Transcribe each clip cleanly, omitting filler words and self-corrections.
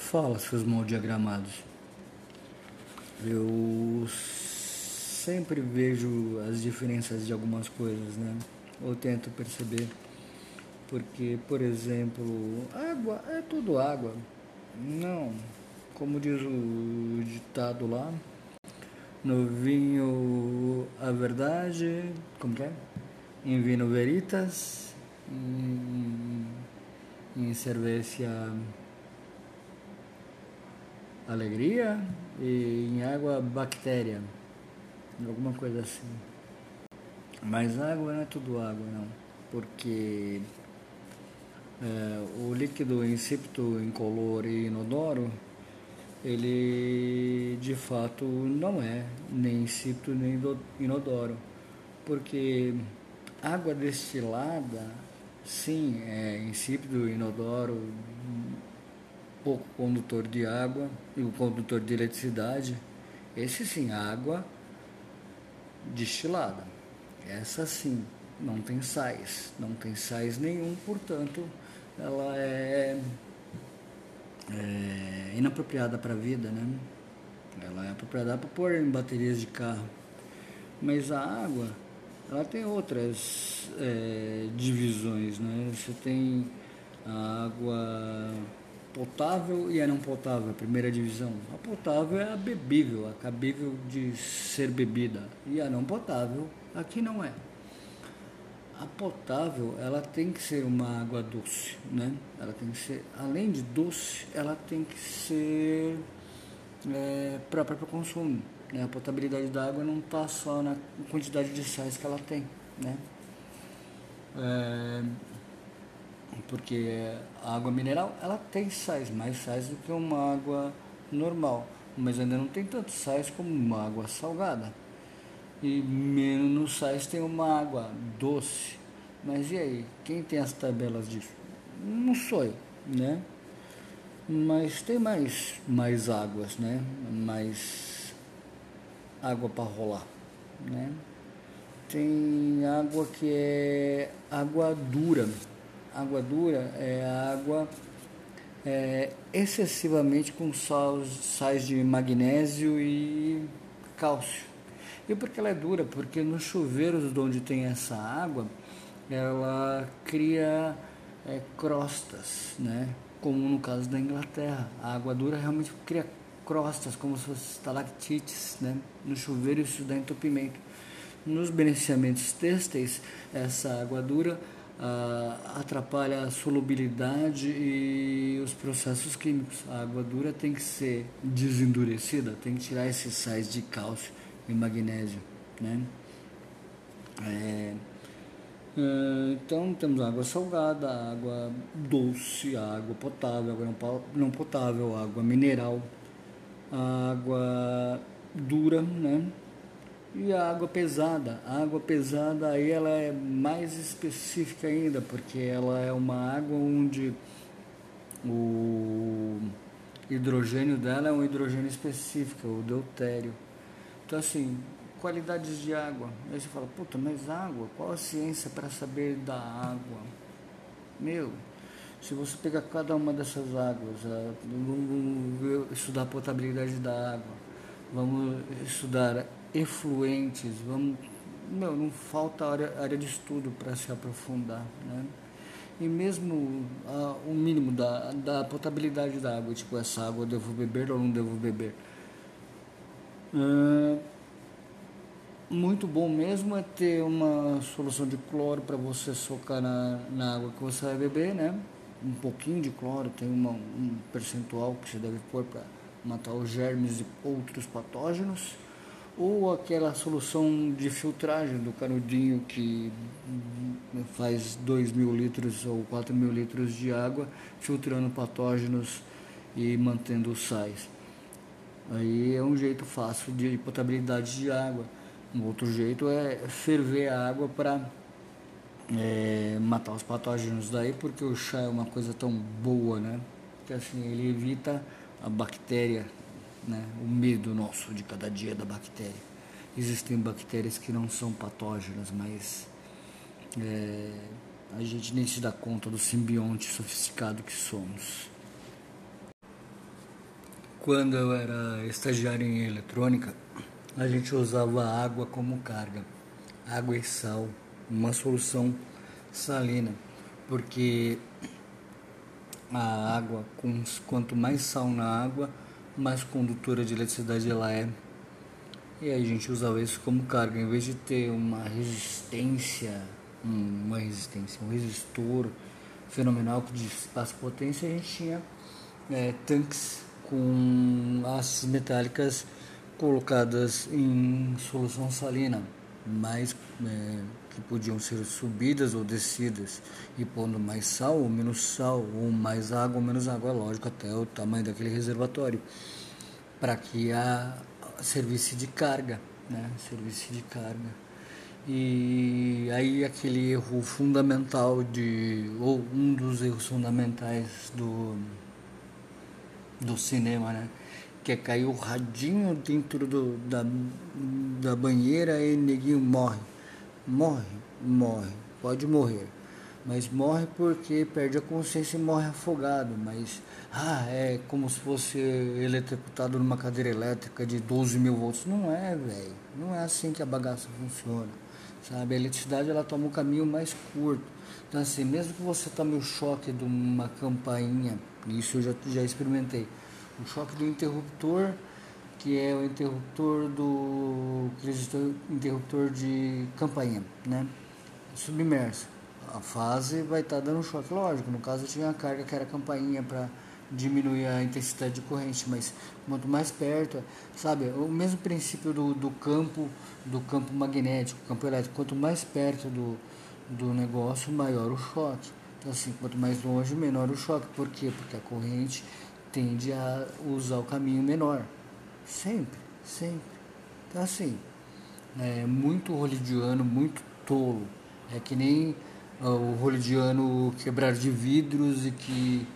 Fala, seus mal diagramados. Eu sempre vejo as diferenças de algumas coisas, né? Ou tento perceber. Porque, por exemplo, água é tudo água. Não, como diz o ditado lá, no vinho a verdade, como que é? Em vino veritas, em cerveja alegria e em água bactéria, alguma coisa assim. Mas água não é tudo água, não, porque o líquido insípido, incolor e inodoro, ele de fato não é nem insípido nem inodoro, porque água destilada, sim, é insípido, inodoro, pouco condutor de água e o condutor de eletricidade. Esse sim, água destilada. Essa sim, não tem sais nenhum, portanto, ela é inapropriada para a vida, né? Ela é apropriada para pôr em baterias de carro. Mas a água, ela tem outras divisões, né? Você tem a água potável e a não potável, a primeira divisão. A potável é a bebível, a cabível de ser bebida. E a não potável, aqui não é. A potável, ela tem que ser uma água doce, né? Ela tem que ser, além de doce, ela tem que ser própria para o consumo, né? A potabilidade da água não está só na quantidade de sais que ela tem, né? Porque a água mineral, ela tem sais, mais sais do que uma água normal, mas ainda não tem tantos sais como uma água salgada. E menos sais tem uma água doce. Mas e aí? Quem tem as tabelas disso? Não sou eu, né? Mas tem mais águas, né? Mais água para rolar, né? Tem água que é água dura. Água dura é água excessivamente com sais de magnésio e cálcio. E por que ela é dura? Porque nos chuveiros onde tem essa água, ela cria crostas, né? Como no caso da Inglaterra. A água dura realmente cria crostas, como se fossem estalactites, né? No chuveiro isso dá entupimento. Nos beneficiamentos têxteis, essa água dura atrapalha a solubilidade e os processos químicos. A água dura tem que ser desendurecida, tem que tirar esses sais de cálcio e magnésio, né? Então temos água salgada, água doce, água potável, água não potável, água mineral, água dura, né? E a água pesada. A água pesada aí ela é mais específica ainda, porque ela é uma água onde o hidrogênio dela é um hidrogênio específico, o deutério. Então assim, qualidades de água. Aí você fala, puta, mas água? Qual a ciência para saber da água? Meu, se você pegar cada uma dessas águas, vamos estudar a potabilidade da água, vamos estudar efluentes, não falta área de estudo para se aprofundar, né? E mesmo o mínimo da potabilidade da água, tipo, essa água eu devo beber ou não devo beber. Muito bom mesmo é ter uma solução de cloro para você socar na água que você vai beber, né? Um pouquinho de cloro, tem um percentual que você deve pôr para matar os germes e outros patógenos. Ou aquela solução de filtragem do canudinho que faz 2.000 litros ou 4.000 litros de água, filtrando patógenos e mantendo os sais. Aí é um jeito fácil de potabilidade de água. Um outro jeito é ferver a água para matar os patógenos daí, porque o chá é uma coisa tão boa, né? Que assim, ele evita a bactéria, né? O medo nosso de cada dia da bactéria. Existem bactérias que não são patógenas, mas a gente nem se dá conta do simbionte sofisticado que somos. Quando eu era estagiário em eletrônica, a gente usava água como carga, água e sal, uma solução salina, porque a água, quanto mais sal na água, mais condutora de eletricidade ela é. E aí a gente usava isso como carga, em vez de ter um resistor fenomenal que dissipasse potência, a gente tinha tanques com hastes metálicas colocadas em solução salina, mais que podiam ser subidas ou descidas, e pondo mais sal ou menos sal, ou mais água ou menos água, lógico, até o tamanho daquele reservatório, para que servisse de carga, né? Servisse de carga. E aí aquele erro fundamental ou um dos erros fundamentais do cinema, né? Que é cair o radinho dentro da banheira e neguinho morre. Morre, pode morrer. Mas morre porque perde a consciência e morre afogado. Mas, é como se fosse eletrocutado numa cadeira elétrica de 12 mil volts. Não é, velho. Não é assim que a bagaça funciona. Sabe? A eletricidade, ela toma um caminho mais curto. Então, assim, mesmo que você tome o choque de uma campainha, isso eu já experimentei, o choque do interruptor, que é o interruptor interruptor de campainha, né? Submerso. A fase vai estar dando choque, lógico. No caso eu tinha a carga que era a campainha para diminuir a intensidade de corrente, mas quanto mais perto, sabe, o mesmo princípio do campo magnético, campo elétrico, quanto mais perto do negócio, maior o choque. Então assim, quanto mais longe, menor o choque. Por quê? Porque a corrente tende a usar o caminho menor. Sempre. Então assim, é muito holidiano, muito tolo. É que nem o holidiano quebrar de vidros e que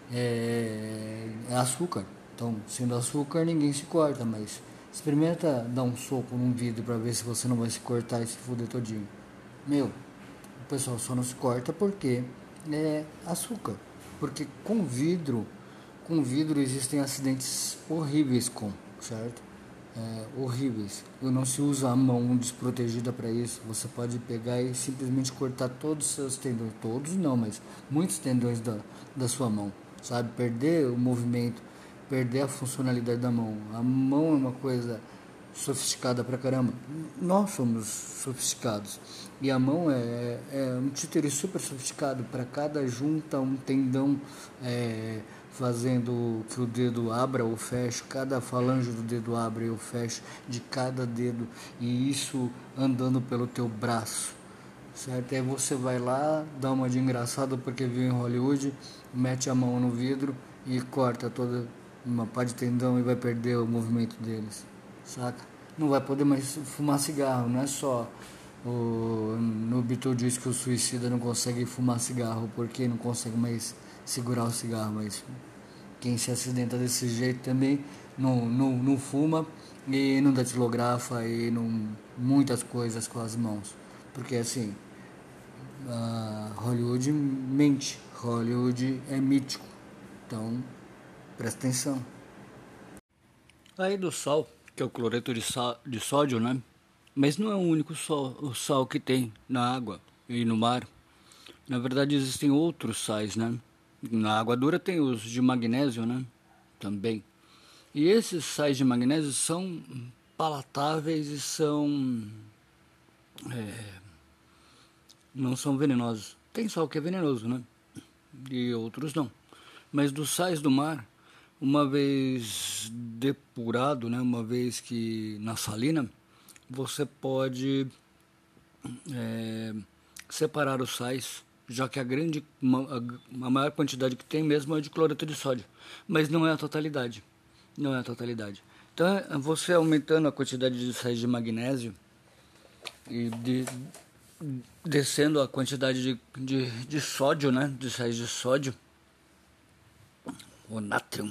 é açúcar. Então, sendo açúcar, ninguém se corta, mas experimenta dar um soco num vidro para ver se você não vai se cortar e se fuder todinho. Meu, o pessoal só não se corta porque é açúcar. Porque com vidro existem acidentes horríveis certo? Horríveis. Não se usa a mão desprotegida para isso. Você pode pegar e simplesmente cortar todos os seus tendões. Todos não, mas muitos tendões da sua mão. Sabe? Perder o movimento, perder a funcionalidade da mão. A mão é uma coisa sofisticada pra caramba. Nós somos sofisticados. E a mão é um títere super sofisticado. Para cada junta, um tendão fazendo que o dedo abra ou feche, cada falange do dedo abre ou feche de cada dedo, e isso andando pelo teu braço, certo? Aí você vai lá, dá uma de engraçado porque viu em Hollywood, mete a mão no vidro e corta toda uma pá de tendão e vai perder o movimento deles, saca? Não vai poder mais fumar cigarro, não é só no Beetlejuice que o suicida não consegue fumar cigarro porque não consegue mais segurar o cigarro, mas quem se acidenta desse jeito também não fuma e não datilografa e não muitas coisas com as mãos, porque assim, Hollywood mente, Hollywood é mítico, então presta atenção. Aí do sal, que é o cloreto de sódio, né? Mas não é o único o sal que tem na água e no mar. Na verdade existem outros sais, né? Na água dura tem os de magnésio, né? Também. E esses sais de magnésio são palatáveis e não são venenosos. Tem sal que é venenoso, né? E outros não. Mas dos sais do mar, uma vez depurado, né? Uma vez que na salina, você pode separar os sais, já que a maior quantidade que tem mesmo é de cloreto de sódio, mas não é a totalidade. Não é a totalidade. Então, você aumentando a quantidade de sais de magnésio e descendo a quantidade de sódio, né? De sais de sódio, o nátrium,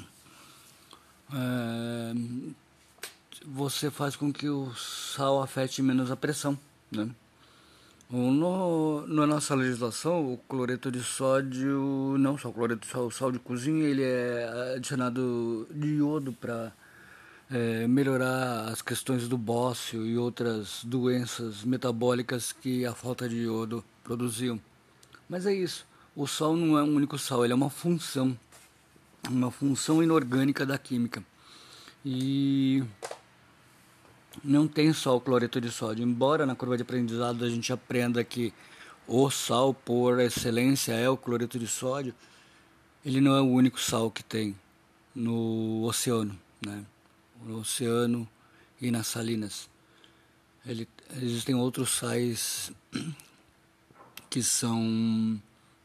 você faz com que o sal afete menos a pressão, né? Na nossa legislação, o cloreto de sódio, não só o cloreto de sódio, o sal de cozinha, ele é adicionado de iodo para melhorar as questões do bócio e outras doenças metabólicas que a falta de iodo produziu. Mas é isso, o sal não é um único sal, ele é uma função inorgânica da química. E não tem só o cloreto de sódio, embora na curva de aprendizado a gente aprenda que o sal por excelência é o cloreto de sódio, ele não é o único sal que tem no oceano, né? No oceano e nas salinas. Existem outros sais que são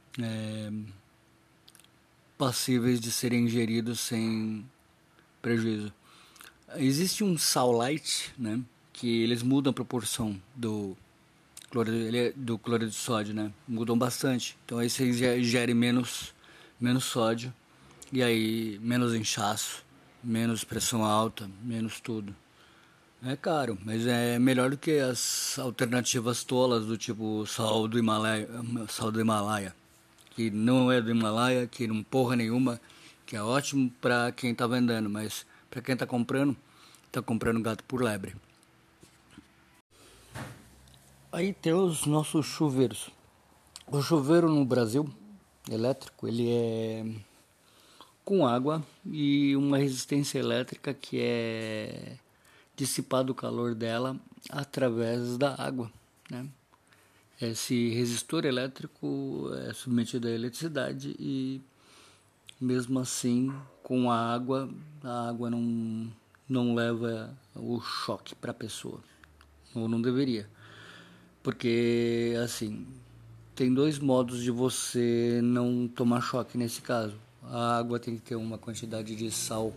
passíveis de serem ingeridos sem prejuízo. Existe um sal light, né? Que eles mudam a proporção do cloreto de sódio, né? Mudam bastante. Então aí você ingere menos sódio e aí menos inchaço, menos pressão alta, menos tudo. É caro, mas é melhor do que as alternativas tolas do tipo sal do Himalaia, que não é do Himalaia, que não porra nenhuma, que é ótimo para quem tá vendendo, mas para quem tá comprando gato por lebre. Aí tem os nossos chuveiros. O chuveiro no Brasil, elétrico, ele é com água e uma resistência elétrica que é dissipado o calor dela através da água, né? Esse resistor elétrico é submetido à eletricidade e mesmo assim com a água não leva o choque para a pessoa, ou não deveria, porque assim tem dois modos de você não tomar choque nesse caso. A água tem que ter uma quantidade de sal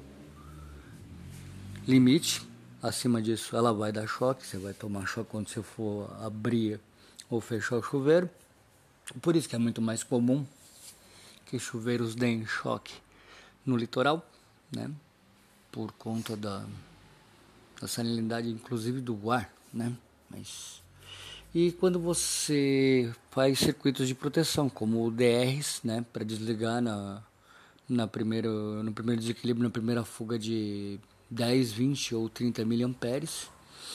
limite, acima disso ela vai dar choque, você vai tomar choque quando você for abrir ou fechar o chuveiro. Por isso que é muito mais comum que chuveiros deem choque no litoral, né? Por conta da salinidade, inclusive do ar, né? E quando você faz circuitos de proteção, como o DRs, né? Para desligar no primeiro desequilíbrio, na primeira fuga de 10, 20 ou 30 miliamperes.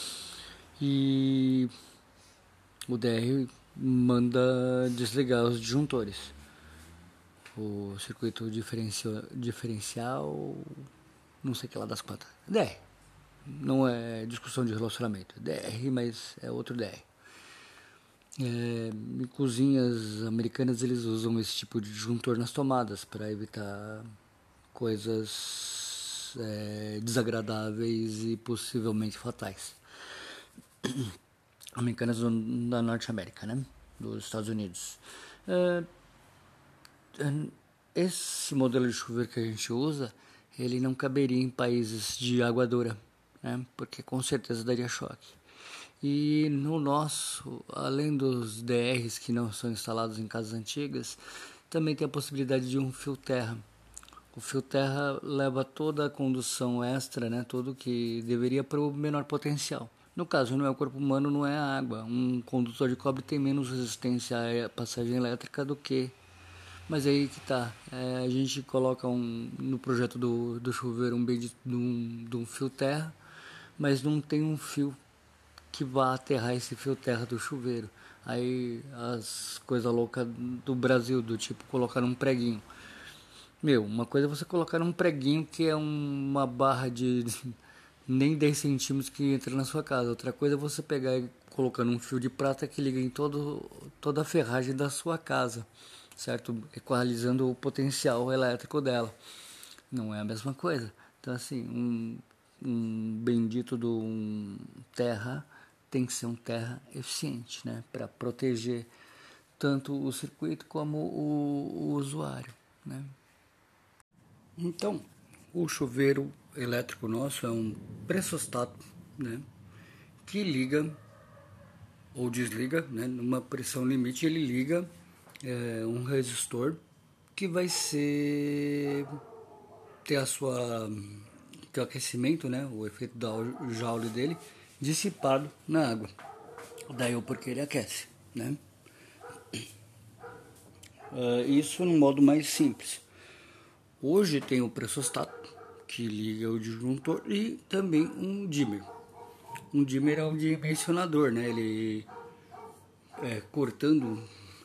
E o DR manda desligar os disjuntores. O circuito diferencial, não sei o que lá das quantas. DR. Não é discussão de relacionamento. DR, mas é outro DR. Em cozinhas americanas eles usam esse tipo de disjuntor nas tomadas para evitar coisas desagradáveis e possivelmente fatais. Americanas da Norte América, né? Dos Estados Unidos. Esse modelo de chuveiro que a gente usa, ele não caberia em países de água dura, né? Porque com certeza daria choque. E no nosso, além dos DRs que não são instalados em casas antigas, também tem a possibilidade de um fio terra. O fio terra leva toda a condução extra, né, tudo que deveria para o menor potencial. No caso, no meu corpo humano não é a água. Um condutor de cobre tem menos resistência à passagem elétrica do que... Mas aí que tá. A gente coloca no projeto do chuveiro de um fio terra, mas não tem um fio que vá aterrar esse fio terra do chuveiro. Aí as coisas loucas do Brasil, do tipo colocar um preguinho. Uma coisa é você colocar um preguinho que é uma barra de nem 10 centímetros que entra na sua casa. Outra coisa é você pegar e colocar um fio de prata que liga em toda a ferragem da sua casa, certo? Equalizando o potencial elétrico dela. Não é a mesma coisa. Então, assim, um bendito de um terra tem que ser um terra eficiente, né? Para proteger tanto o circuito como o usuário, né? Então, o chuveiro elétrico nosso é um pressostato, né? Que liga ou desliga, né? Numa pressão limite ele liga um resistor que vai ter o aquecimento, né? O efeito da Joule dele dissipado na água. Daí o porquê ele aquece, né? Isso no modo mais simples. Hoje tem o pressostato, que liga o disjuntor, e também um dimmer. Um dimmer é um dimensionador, né? Ele cortando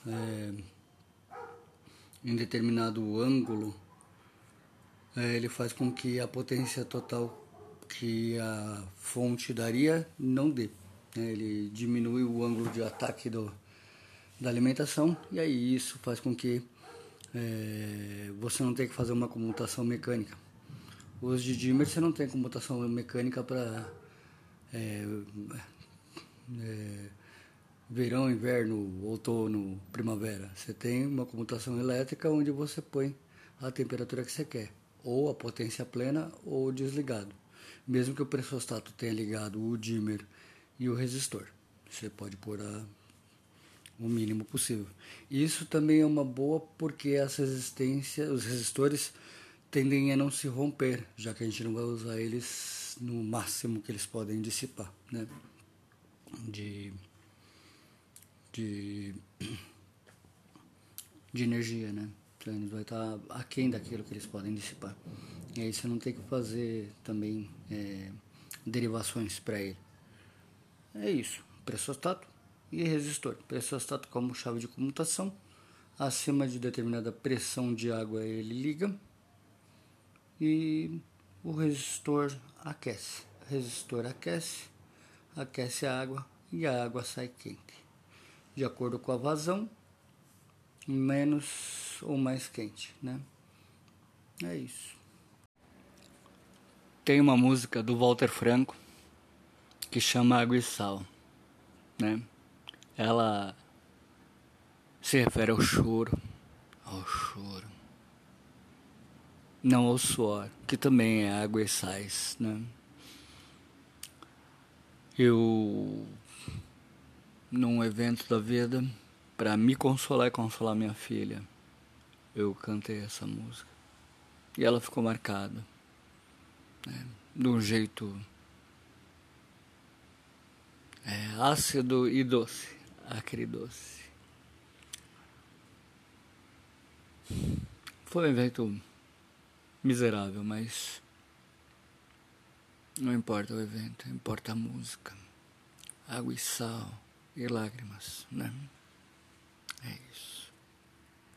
em determinado ângulo, ele faz com que a potência total que a fonte daria não dê, né? Ele diminui o ângulo de ataque da alimentação, e aí isso faz com que você não tenha que fazer uma comutação mecânica. Os de dimmer você não tem comutação mecânica para verão, inverno, outono, primavera. Você tem uma comutação elétrica onde você põe a temperatura que você quer, ou a potência plena ou desligado. Mesmo que o pressostato tenha ligado o dimmer e o resistor, você pode pôr o mínimo possível. Isso também é uma boa porque as resistências, os resistores tendem a não se romper, já que a gente não vai usar eles no máximo que eles podem dissipar, né? De energia, né? Então eles vai estar aquém daquilo que eles podem dissipar. E aí você não tem que fazer também derivações para ele. É isso, pressostato e resistor. Pressostato como chave de comutação, acima de determinada pressão de água ele liga, e o resistor aquece. O resistor aquece a água e a água sai quente. De acordo com a vazão, menos ou mais quente, né? É isso. Tem uma música do Walter Franco que chama Água e Sal, né? Ela se refere ao choro, não ao suor, que também é água e sais, né? Eu, num evento da vida, para me consolar e consolar minha filha, eu cantei essa música e ela ficou marcada, né? De um jeito ácido e doce, agridoce. Foi um evento miserável, mas não importa o evento, importa a música. Água e sal e lágrimas, né? É isso.